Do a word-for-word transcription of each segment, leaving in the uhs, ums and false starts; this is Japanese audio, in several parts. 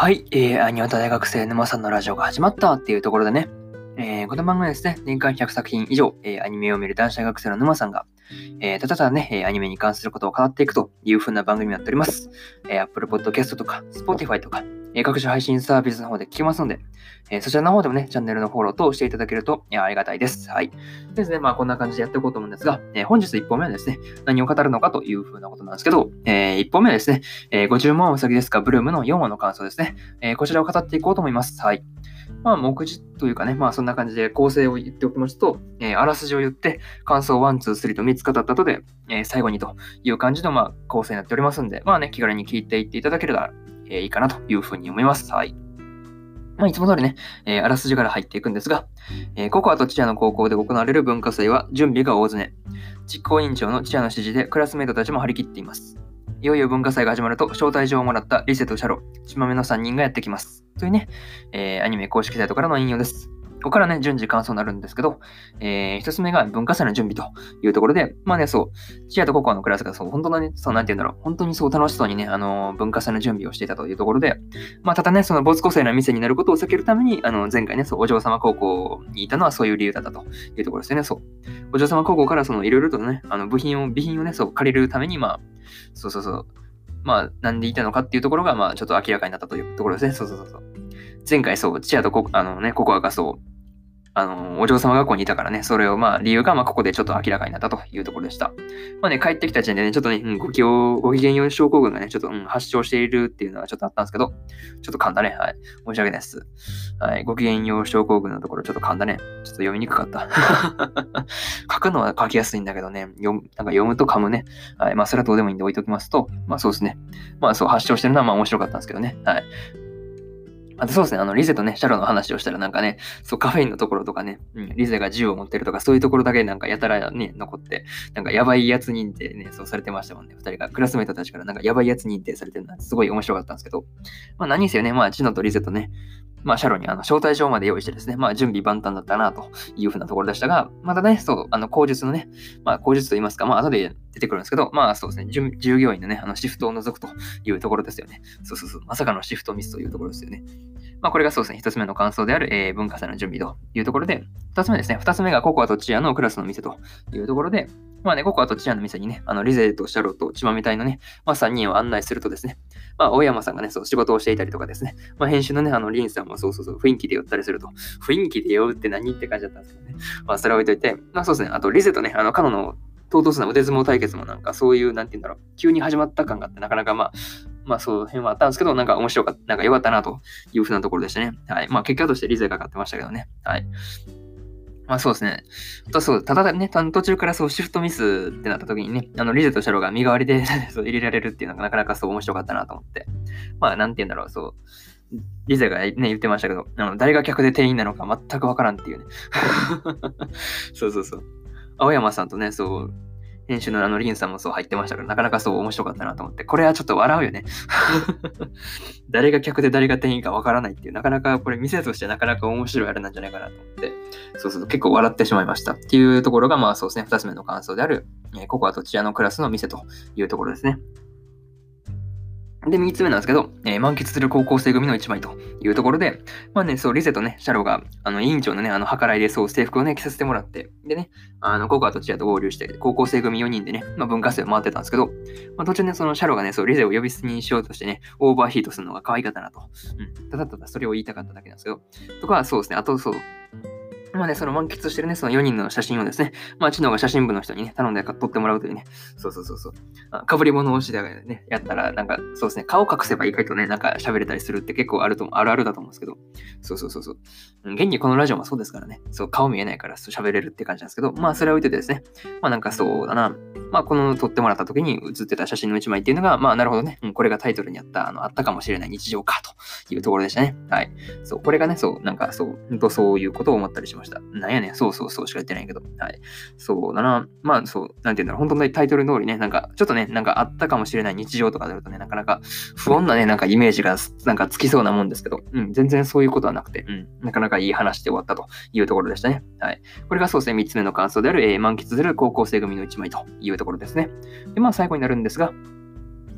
はい、えー、アニオタ大学生沼さんのラジオが始まったっていうところでね、えー、この番組はですね、年間ひゃくさく品以上、えー、アニメを見る男子大学生の沼さんが、えー、ただただね、えー、アニメに関することを語っていくという風な番組になっております。えー、Apple Podcast とか Spotify とか、えー、各種配信サービスの方で聞けますので、えー、そちらの方でもね、チャンネルのフォローとしていただけると、えー、ありがたいです。はい。ですね、まあこんな感じでやっていこうと思うんですが、えー、本日いっぽんめはですね、何を語るのかという風なことなんですけど、えー、いっぽんめはですね、えー、ご注文はうさぎですか、ブルームのよんわの感想ですね。えー、こちらを語っていこうと思います。はい。まあ、目次というかね、まあ、そんな感じで構成を言っておきますと、えー、あらすじを言って、感想いち、に、さんとみっつ語った後で、えー、最後にという感じの、まあ、構成になっておりますんで、まあね、気軽に聞いていっていただければ、えー、いいかなというふうに思います。はい。まあ、いつも通りね、えー、あらすじから入っていくんですが、えー、ココアとチアの高校で行われる文化祭は準備が大詰め。実行委員長のチアの指示でクラスメイトたちも張り切っています。いよいよ文化祭が始まると招待状をもらったリセとシャロ、チマメのさんにんがやってきます。というね、えー、アニメ公式サイトからの引用です。ここからね、順次感想になるんですけど、えー、一つ目が文化祭の準備というところで、まあね、そう、チアとココアのクラスがそう、本当のね、そう、なんて言うんだろう、本当にそう楽しそうにね、あのー、文化祭の準備をしていたというところで、まあ、ただね、その没個性な店になることを避けるために、あの、前回ね、そう、お嬢様高校にいたのはそういう理由だったというところですよね、そう。お嬢様高校からその、いろいろとね、あの、部品を、備品をね、そう、借りるために、まあ、そうそうそう、まあ、なんでいたのかっていうところが、まあ、ちょっと明らかになったというところですね。そうそうそうそう。前回そう、チアとコ、あのね、ココアがそう、あの、お嬢様学校にいたからね、それをまあ、理由がまあ、ここでちょっと明らかになったというところでした。まあね、帰ってきた時点でね、ちょっとね、うん、ご機嫌、ご機嫌用症候群がね、ちょっと、うん、発症しているっていうのはちょっとあったんですけど、ちょっと噛んだね。はい。申し訳ないです。はい。ご機嫌用症候群のところちょっと噛んだね。ちょっと読みにくかった。書くのは書きやすいんだけどね、読む、なんか読むと噛むね。はい。まあ、それはどうでもいいんで置いておきますと、まあそうですね。まあそう、発症してるのはまあ面白かったんですけどね。はい。あとそうですね、あの、リゼとね、シャロの話をしたらなんかね、そう、カフェインのところとかね、うん、リゼが銃を持ってるとか、そういうところだけなんかやたらね、残って、なんかやばいやつ認定ね、そうされてましたもんね。二人が、クラスメイトたちからなんかやばいやつ認定されてるのはすごい面白かったんですけど、まあ何せよね、まあチノとリゼとね、まあシャロにあの招待状まで用意してですね、まあ準備万端だったなというふうなところでしたが、またね、そう、あの、口述のね、まあ口述と言いますか、まあ後で出てくるんですけど、まあそうですね、従業員のね、あのシフトを除くというところですよね。そうそうそう、まさかのシフトミスというところですよね。まあ、これがそうですね、一つ目の感想である、えー、文化祭の準備というところで、二つ目ですね、二つ目がココアとチアのクラスの店というところで、まあね、ココアとチアの店にね、あのリゼとシャロとチマみたいなね、まあさんにんを案内するとですね、まあ大山さんがね、そう仕事をしていたりとかですね、まあ編集のね、あのリンさんもそうそうそう、雰囲気で寄ったりすると、雰囲気で酔うって何って感じだったんですけどね、まあそれは置いといて、まあそうですね、あとリゼとね、あのカノの唐突な腕相撲対決もなんかそういう、なんて言うんだろう、急に始まった感があってなかなかまあ、まあそう辺はあったんですけど、なんか面白かった、なんか良かったなというふうなところでしたね。はい。まあ結果としてリゼが勝ってましたけどね。はい。まあそうですね。あとそう、ただね、途中からそうシフトミスってなった時にね、あのリゼとシャロが身代わりでそう入れられるっていうのがなかなかそう面白かったなと思って。まあなんて言うんだろう、そう。リゼがね、言ってましたけど、あの誰が客で店員なのか全くわからんっていうね。そうそうそう。青山さんとね、そう、編集のあのリンさんもそう入ってましたから、なかなかそう面白かったなと思って、これはちょっと笑うよね。誰が客で誰が店員かわからないっていう、なかなかこれ店としてなかなか面白いあれなんじゃないかなと思って、そうそう、結構笑ってしまいましたっていうところが、まあそうですね、二つ目の感想である、えー、ココアとチアのクラスの店というところですね。で、みっつめなんですけど、えー、満喫する高校生組の一枚というところで、まあね、そう、リゼとね、シャロが、あの、委員長のね、あの、計らいで、そう、制服をね、着させてもらって、でね、あの、ココアとチアと合流して、高校生組よにんでね、まあ、文化祭を回ってたんですけど、まあ、途中ね、そのシャロがね、そう、リゼを呼び捨てにしようとしてね、オーバーヒートするのが可愛かったなと。うん。ただただそれを言いたかっただけなんですけど、とか、そうですね、あと、そう、まあね、その満喫してるね、そのよにんの写真をですね、まあ、知能が写真部の人にね、頼んで撮ってもらうというね、そうそうそうそう、かぶり物をしでね、やったら、なんか、そうですね、顔隠せば意外とね、なんか喋れたりするって結構あると、あるあるだと思うんですけど、そうそうそうそう。現にこのラジオもそうですからね、そう、顔見えないから喋れるって感じなんですけど、まあ、それは置いといてですね、まあ、なんかそうだな、まあ、この撮ってもらった時に写ってた写真の一枚っていうのが、まあ、なるほどね、うん、これがタイトルにあった、あの、あったかもしれない日常かというところでしたね。はい。そう、これがね、そう、なんかそう、ほんとそういうことを思ったりしました。なんやねん、そうそうそうしか言ってないけど、はい。そうだな、まあ、そう、なんていうんだろう、本当にタイトル通りね、なんか、ちょっとね、なんかあったかもしれない日常とかでるとね、なかなか不穏なね、なんかイメージがなんかつきそうなもんですけど、うん、全然そういうことはなくて、うん、なかなかいい話で終わったというところでしたね。はい。これがそうですね、みっつめの感想である、えー、満喫する高校生組の一枚というところですね。で、まあ、最後になるんですが、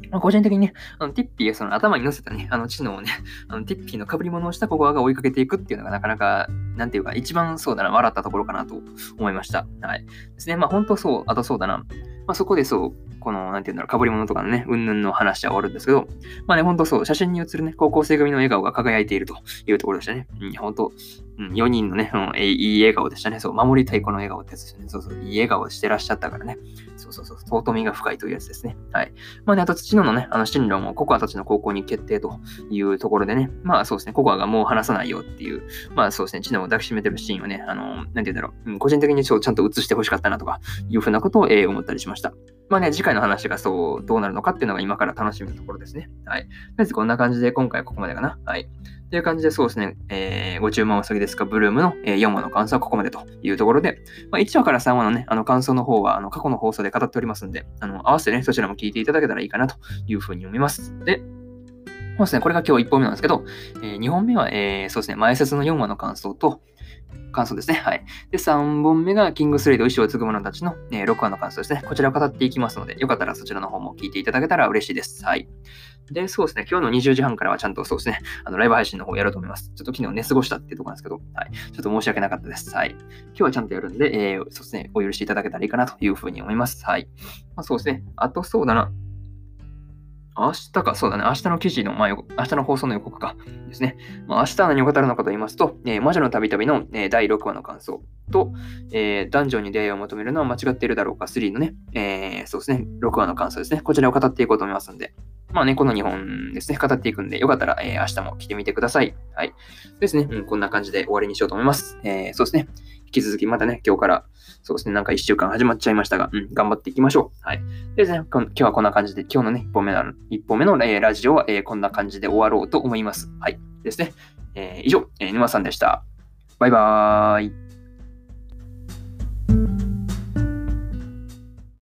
まあ、個人的にね、あのティッピーがその頭に乗せたね、あの知能をね、あのティッピーの被り物をしたココアが追いかけていくっていうのがなかなか、なんていうか、一番そうだな、笑ったところかなと思いました。はい。ですね。まあ本当そう、あとそうだな。まあそこでそう、この、なんていうんだろう、被り物とかのね、うんぬんの話は終わるんですけど、まあね、本当そう、写真に写るね、高校生組の笑顔が輝いているというところでしたね。うん、本当、うん、よにんのね、うん、えいい笑顔でしたね。そう、守りたい子の笑顔ってやつですよね。そうそう、いい笑顔してらっしゃったからね。そうそうそう、尊みが深いというやつですね。はい。まあね、あと土野のね、あの進路もココアたちの高校に決定というところでね、まあそうですね、ココアがもう話さないよっていう、まあそうですね、知能を抱きしめてるシーンをね、あの、なんて言うんだろう、うん、個人的にちょちゃんと映してほしかったなとかいうふうなことを、えー思ったりしました。まあね、次回の話がそう、どうなるのかっていうのが今から楽しみなところですね。はい。とりあえずこんな感じで今回はここまでかな。はい。という感じでそうですね、えーご注文お先ですか、ブルームの、えーよんわの感想はここまでというところで、まあ、いちわからさんわのね、あの感想の方はあの過去の放送で語っておりますんで、あの合わせてね、そちらも聞いていただけたらいいかなというふうに思います。で、そうですね、これが今日いっぽんめなんですけど、えーにほんめは、えーそうですね、前説のよんわの感想と、感想ですね。はい。で、さんぼんめがキングスレイド意志を継ぐ者たちの、えーろくわの感想ですね。こちらを語っていきますので、よかったらそちらの方も聞いていただけたら嬉しいです。はい。で、そうですね、今日のにじゅうじはんからはちゃんとそうですね、あのライブ配信の方をやろうと思います。ちょっと昨日寝過ごしたっていうところなんですけど、はい。ちょっと申し訳なかったです。はい。今日はちゃんとやるんで、えーそうですね、お許しいただけたらいいかなというふうに思います。はい。まあ、そうですね。あとそうだな。明日か、そうだね。明日の記事の、まあ、明日の放送の予告かですね。まあ、明日は何を語るのかと言いますと、えー魔女のたびたびの、えーだいろくわの感想と、えー、男女に出会いを求めるのは間違っているだろうかスリーのね、えーそうですね、ろくわの感想ですね。こちらを語っていこうと思いますんで、まあね、このにほんですね、語っていくんで、よかったら、えー明日も来てみてください。はい。ですね、うん、こんな感じで終わりにしようと思います。えーそうですね。引き続きまたね、今日から、そうですね、なんかいっしゅうかん始まっちゃいましたが、うん、頑張っていきましょう。はい。でですね、今日はこんな感じで、今日のね、いっぽんめの、いっぽんめの、えーラジオは、えーこんな感じで終わろうと思います。はい。ですね。えー以上、えー沼さんでした。バイバーイ。